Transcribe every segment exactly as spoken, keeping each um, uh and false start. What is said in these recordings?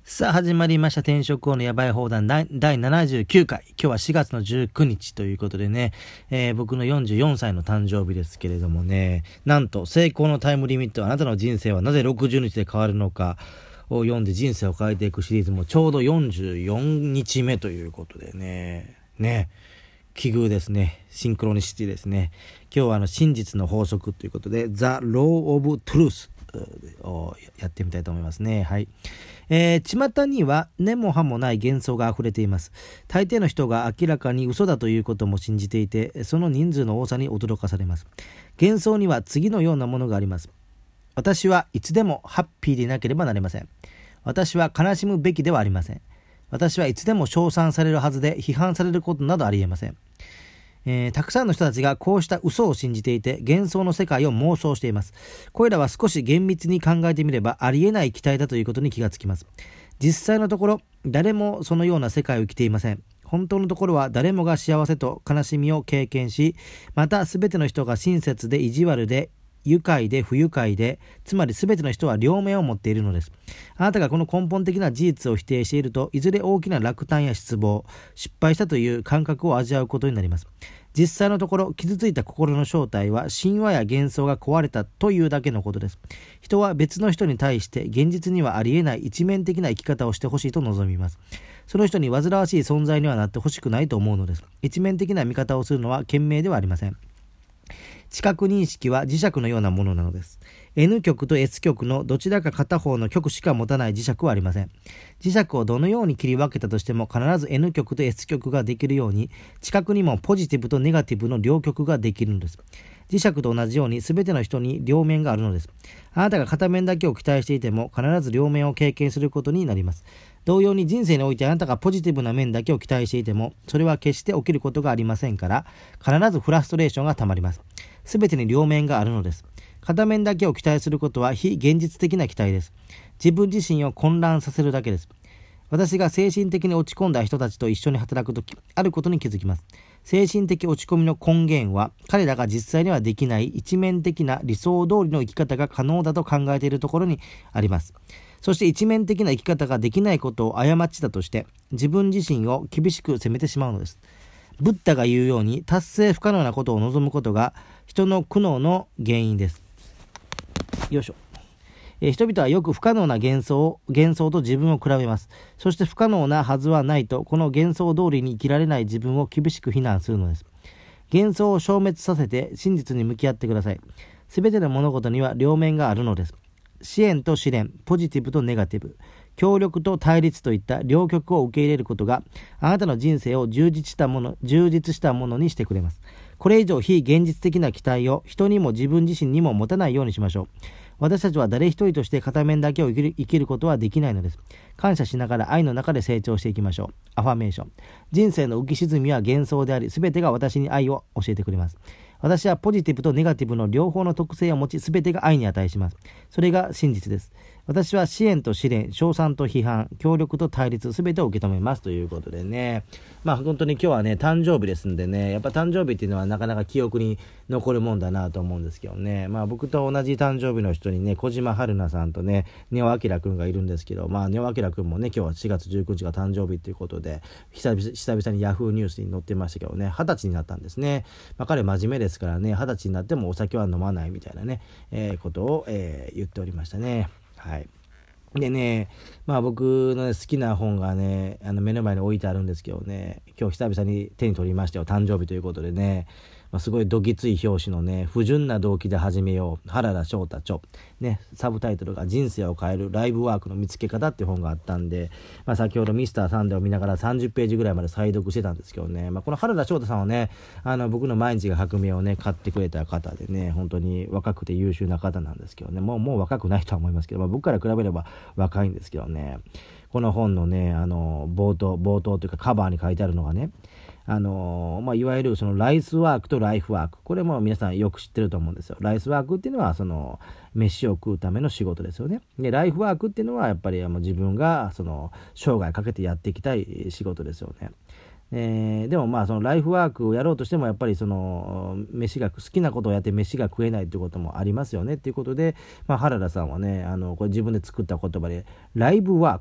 さあ始まりました転職王のやばい放談だいななじゅうきゅうかい。今日はしがつのじゅうくにちということでね、えー、僕のよんじゅうよんさいの誕生日ですけれどもね、なんと成功のタイムリミット、あなたの人生はなぜろくじゅうにちで変わるのかを読んで人生を変えていくシリーズもちょうどよんじゅうよっかめということでね、ね、奇遇ですね。シンクロニシティですね。今日はあの真実の法則ということで The Law of Truth をやってみたいと思いますね。はい。えー、巷には根も葉もない幻想があふれています。大抵の人が明らかに嘘だということも信じていて、その人数の多さに驚かされます。幻想には次のようなものがあります。私はいつでもハッピーでなければなりません。私は悲しむべきではありません。私はいつでも称賛されるはずで批判されることなどありえません。えー、たくさんの人たちがこうした嘘を信じていて幻想の世界を妄想しています。これらは少し厳密に考えてみればありえない期待だということに気がつきます。実際のところ誰もそのような世界を生きていません。本当のところは誰もが幸せと悲しみを経験し、またすべての人が親切で意地悪で愉快で不愉快で、つまりすべての人は両面を持っているのです。あなたがこの根本的な事実を否定していると、いずれ大きな落胆や失望、失敗したという感覚を味わうことになります。実際のところ、傷ついた心の正体は神話や幻想が壊れたというだけのことです。人は別の人に対して現実にはありえない一面的な生き方をしてほしいと望みます。その人に煩わしい存在にはなってほしくないと思うのです。一面的な見方をするのは賢明ではありません。知覚認識は磁石のようなものなのです。N 極と S 極のどちらか片方の極しか持たない磁石はありません。磁石をどのように切り分けたとしても必ず N 極と S 極ができるように、知覚にもポジティブとネガティブの両極ができるのです。磁石と同じように全ての人に両面があるのです。あなたが片面だけを期待していても必ず両面を経験することになります。同様に人生においてあなたがポジティブな面だけを期待していてもそれは決して起きることがありませんから、必ずフラストレーションがたまります。すべてに両面があるのです。片面だけを期待することは非現実的な期待です。自分自身を混乱させるだけです。私が精神的に落ち込んだ人たちと一緒に働くとき、あることに気づきます。精神的落ち込みの根源は、彼らが実際にはできない一面的な理想通りの生き方が可能だと考えているところにあります。そして一面的な生き方ができないことを過ちだとして、自分自身を厳しく責めてしまうのです。ブッダが言うように、達成不可能なことを望むことが人の苦悩の原因です。よいしょ。えー、人々はよく不可能な幻想を幻想と自分を比べます。そして不可能なはずはないと、この幻想通りに生きられない自分を厳しく非難するのです。幻想を消滅させて真実に向き合ってください。すべての物事には両面があるのです。支援と試練、ポジティブとネガティブ、協力と対立といった両極を受け入れることがあなたの人生を充実したもの、充実したものにしてくれます。これ以上非現実的な期待を人にも自分自身にも持たないようにしましょう。私たちは誰一人として片面だけを生きる、生きることはできないのです。感謝しながら愛の中で成長していきましょう。アファメーション。人生の浮き沈みは幻想であり、すべてが私に愛を教えてくれます。私はポジティブとネガティブの両方の特性を持ち、すべてが愛に値します。それが真実です。私は支援と試練、称賛と批判、協力と対立、すべてを受け止めますということでね。まあ本当に今日はね、誕生日ですんでね、やっぱ誕生日っていうのはなかなか記憶に残るもんだなと思うんですけどね。まあ僕と同じ誕生日の人にね、小島春菜さんとね、ネオアキラくんがいるんですけど、まあネオアキラくんもね、今日はしがつじゅうくにちが誕生日ということで、久々、久々にヤフーニュースに載ってましたけどね、二十歳になったんですね。まあ彼真面目ですからね、二十歳になってもお酒は飲まないみたいなね、えー、ことを、えー、言っておりましたね。はい。でね、まあ僕の、ね、好きな本がね、あの目の前に置いてあるんですけどね、今日久々に手に取りましたよ。誕生日ということでね、まあ、すごいどぎつい表紙のね、不純な動機で始めよう、原田翔太著、ね、サブタイトルが人生を変えるライブワークの見つけ方っていう本があったんで、まあ、先ほどミスターサンデーを見ながらさんじゅっページぐらいまで再読してたんですけどね、まあ、この原田翔太さんはね、あの僕の毎日が革命をね、買ってくれた方でね、本当に若くて優秀な方なんですけどね、もう、もう若くないとは思いますけど、まあ、僕から比べれば若いんですけどね、この本のね、あの冒頭、冒頭というかカバーに書いてあるのがね、あのまあ、いわゆるそのライスワークとライフワーク、これも皆さんよく知ってると思うんですよ。ライスワークっていうのはその飯を食うための仕事ですよね。でライフワークっていうのはやっぱり自分がその生涯かけてやっていきたい仕事ですよね。えー、でもまあそのライフワークをやろうとしてもやっぱりその飯が好きなことをやって飯が食えないということもありますよねっていうことで、まあ、原田さんはね、あのこれ自分で作った言葉でライブワークって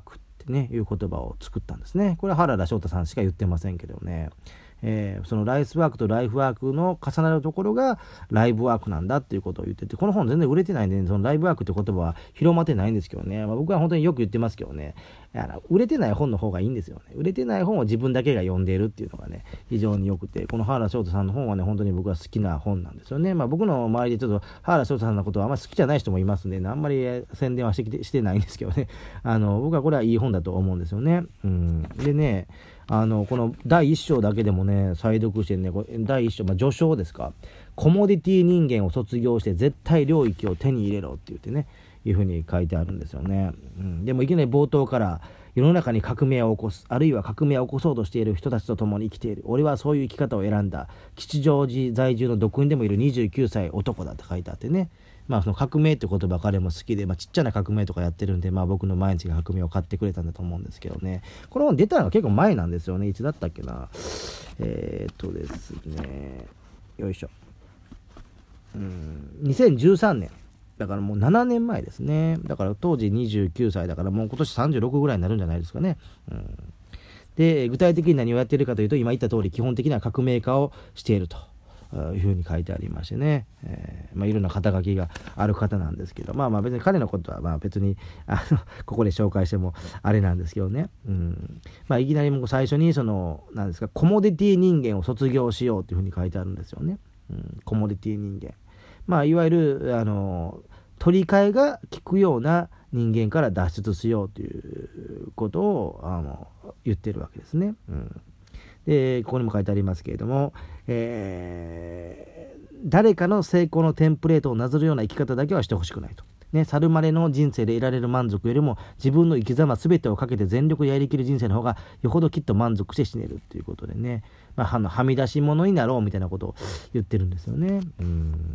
ね、いう言葉を作ったんですね。これは原田翔太さんしか言ってませんけどね。えー、そのライスワークとライフワークの重なるところがライブワークなんだっていうことを言ってて、この本全然売れてないんで、そのライブワークって言葉は広まってないんですけどね、まあ、僕は本当によく言ってますけどね、あの売れてない本の方がいいんですよね。売れてない本を自分だけが読んでいるっていうのがね、非常によくて、この原田翔太さんの本はね、本当に僕は好きな本なんですよね。まあ僕の周りでちょっと原田翔太さんのことはあんまり好きじゃない人もいますんで、あんまり宣伝はしてきてしてないんですけどね、あの僕はこれはいい本だと思うんですよね。うん、でね、あのこのだいいっ章だけでもね、再読してね、これだいいっ章、まあ、序章ですか、コモディティ人間を卒業して絶対領域を手に入れろって言ってね、いうふうに書いてあるんですよね。うん、でもいきなり冒頭から世の中に革命を起こす、あるいは革命を起こそうとしている人たちと共に生きている、俺はそういう生き方を選んだ、吉祥寺在住の毒にでもいるにじゅうきゅうさい男だって書いてあってね、まあその革命って言葉彼も好きで、まあ、ちっちゃな革命とかやってるんで、まあ僕の毎日が革命を買ってくれたんだと思うんですけどね。この本出たのは結構前なんですよね。いつだったっけな。えー、っとですね、よいしょ。うん、にせんじゅうさんねん。だからもうななねんまえですね。だから当時にじゅうきゅうさいだからもう今年さんじゅうろくぐらいになるんじゃないですかね。うん、で、具体的に何をやっているかというと、今言った通り基本的な革命家をしていると。いうふうに書いてありましてね、えーまあ、いろんな肩書きがある方なんですけど、まあまあ別に彼のことはまあ別にあのここで紹介してもあれなんですけどね、うんまあ、いきなりもう最初にその何ですか、コモディティ人間を卒業しようというふうに書いてあるんですよね、うん、コモディティ人間、まあいわゆるあの取り替えが効くような人間から脱出しようということをあの言ってるわけですね。うんでここにも書いてありますけれども、えー、誰かの成功のテンプレートをなぞるような生き方だけはしてほしくないと、ね、猿まれの人生で得られる満足よりも自分の生き様全てをかけて全力でやりきる人生の方がよほどきっと満足して死ねるということでね、まあ、はみ出し物になろうみたいなことを言ってるんですよね。うん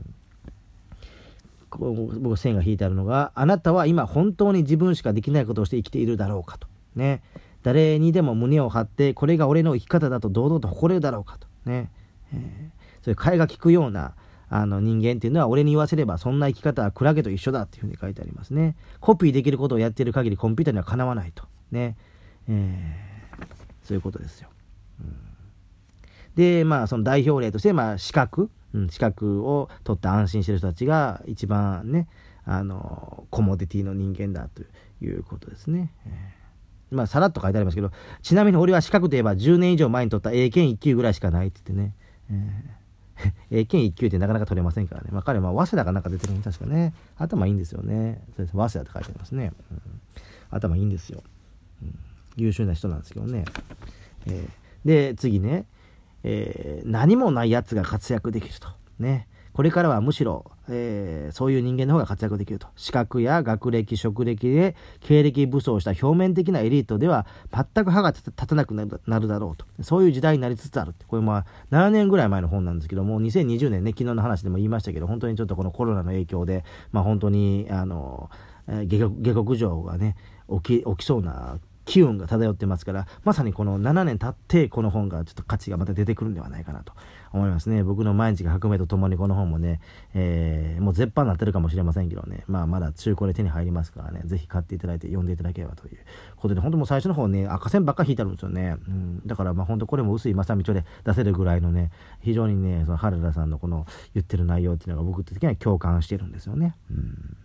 僕線が引いてあるのが、あなたは今本当に自分しかできないことをして生きているだろうかとね、誰にでも胸を張ってこれが俺の生き方だと堂々と誇れるだろうかとね、えー、そういう替えが利くようなあの人間っていうのは俺に言わせればそんな生き方はクラゲと一緒だっていうふうに書いてありますね。コピーできることをやっている限りコンピューターにはかなわないとね、えー、そういうことですよ。うん、でまあその代表例としてまあ資格、うん、資格を取って安心している人たちが一番ねあのコモディティの人間だということですね。えーまあ、さらっと書いてありますけど、ちなみに俺は資格といえばじゅうねん以上前に取った英検いっ級ぐらいしかないって言ってね、えー、英検いっ級ってなかなか取れませんからね、まあ、彼は早稲田がなんか出てるのに確かね、頭いいんですよね。そうです、早稲田って書いてありますね、うん、頭いいんですよ、うん、優秀な人なんですけどね、えー、で次ね、えー、何もないやつが活躍できるとね、これからはむしろ、えー、そういう人間の方が活躍できると。資格や学歴、職歴で経歴武装した表面的なエリートでは全く歯が立たなくなる、なるだろうと。そういう時代になりつつあるって。これまあななねんぐらい前の本なんですけども、にせんにじゅうねんね、昨日の話でも言いましたけど、本当にちょっとこのコロナの影響で、まあ本当に、あの、えー、下克、下克上がね、起き、起きそうな機運が漂ってますから、まさにこのななねん経ってこの本がちょっと価値がまた出てくるんではないかなと思いますね。僕の毎日が革命とともにこの本もね、えー、もう絶版になってるかもしれませんけどね、まあまだ中古で手に入りますからね、ぜひ買っていただいて読んでいただければということで、本当もう最初の方ね、赤線ばっか引いてあるんですよね。うん、だからまあ本当これも薄い正道で出せるぐらいのね、非常にね、その原田さんのこの言ってる内容っていうのが僕的には共感してるんですよね。うん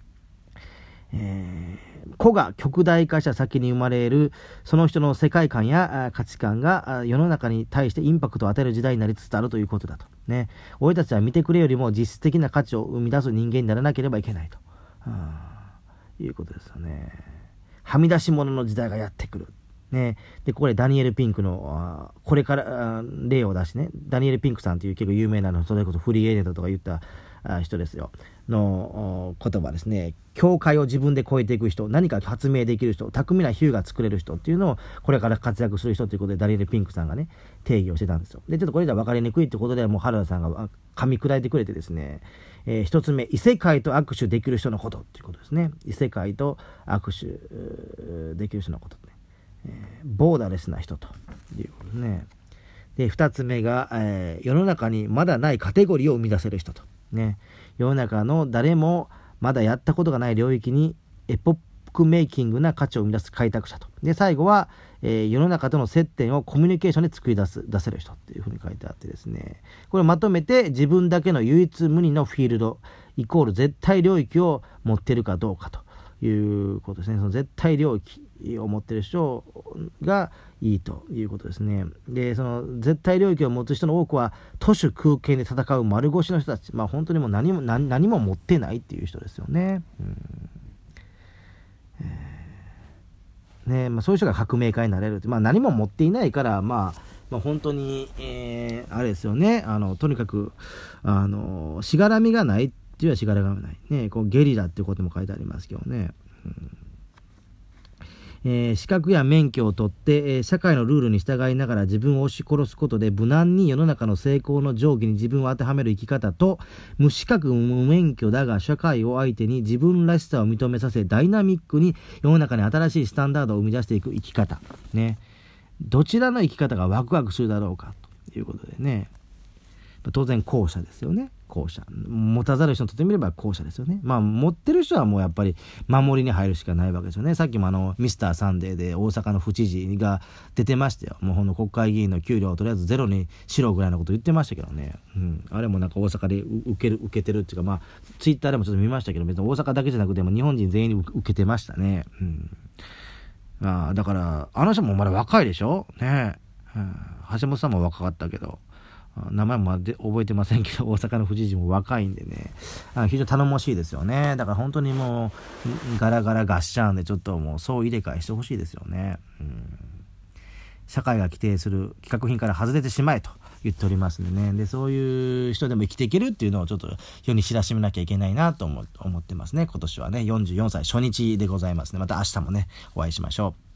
えー、個が極大化した先に生まれるその人の世界観や価値観が世の中に対してインパクトを与える時代になりつつあるということだとね。俺たちは見てくれよりも実質的な価値を生み出す人間にならなければいけないと、はあ、いうことですよね。はみ出し物の時代がやってくるね。でここでダニエル・ピンクのこれから例を出してね、ダニエル・ピンクさんという結構有名なの、それこそフリーエージェントとか言った人ですよの言葉ですね。境界を自分で越えていく人、何か発明できる人、巧みな比喩が作れる人っていうのをこれから活躍する人ということでダニエル・ピンクさんがね定義をしてたんですよ。でちょっとこれじゃ分かりにくいってことでもう原田さんが噛み砕いてくれてですね、えー、一つ目、異世界と握手できる人のことっていうことですね。異世界と握手できる人のこと、ねえー、ボーダレスな人ということね。で二つ目が、えー、世の中にまだないカテゴリーを生み出せる人とね、世の中の誰もまだやったことがない領域に一歩クメイキングな価値を生み出す開拓者と。で、最後は、えー、世の中との接点をコミュニケーションで作り出す、出せる人っていうふうに書いてあってですね、これをまとめて自分だけの唯一無二のフィールド、イコール絶対領域を持っているかどうかということですね。その絶対領域を持っている人がいいということですね。で、その絶対領域を持つ人の多くは都市空間で戦う丸腰の人たち、まあ本当にもう何も 何, 何も持ってないっていう人ですよね。うんえーねまあ、そういう人が革命家になれるって、まあ、何も持っていないから、まあ、まあ本当に、えー、あれですよね、あのとにかくあのしがらみがないっていうのはしがらみがない、ね、こうゲリラっていうことも書いてありますけどね。うんえー、資格や免許を取って、えー、社会のルールに従いながら自分を押し殺すことで無難に世の中の成功の定規に自分を当てはめる生き方と、無資格無免許だが社会を相手に自分らしさを認めさせダイナミックに世の中に新しいスタンダードを生み出していく生き方、ね、どちらの生き方がワクワクするだろうかということでね、当然後者ですよね。後者、持たざる人にとってみれば後者ですよね。まあ持ってる人はもうやっぱり守りに入るしかないわけですよね。さっきもあのミスターサンデーで大阪の府知事が出てましたよ。もうほんの国会議員の給料をとりあえずゼロにしろぐらいのこと言ってましたけどね、うん、あれもなんか大阪で受ける受けてるっていうか、まあツイッターでもちょっと見ましたけど、別に大阪だけじゃなくても日本人全員に受けてましたね。うん、あだからあの人もまだ若いでしょね、うん、橋本さんも若かったけど、名前も覚えてませんけど大阪の府知事も若いんでね、あ非常に頼もしいですよね。だから本当にもうガラガラガッシャーンでちょっともうそう入れ替えしてほしいですよね。うん社会が規定する規格品から外れてしまえと言っておりますんでね。でそういう人でも生きていけるっていうのをちょっと世に知らしめなきゃいけないなと思、思ってますね。今年はねよんじゅうよんさい初日でございますね。また明日もねお会いしましょう。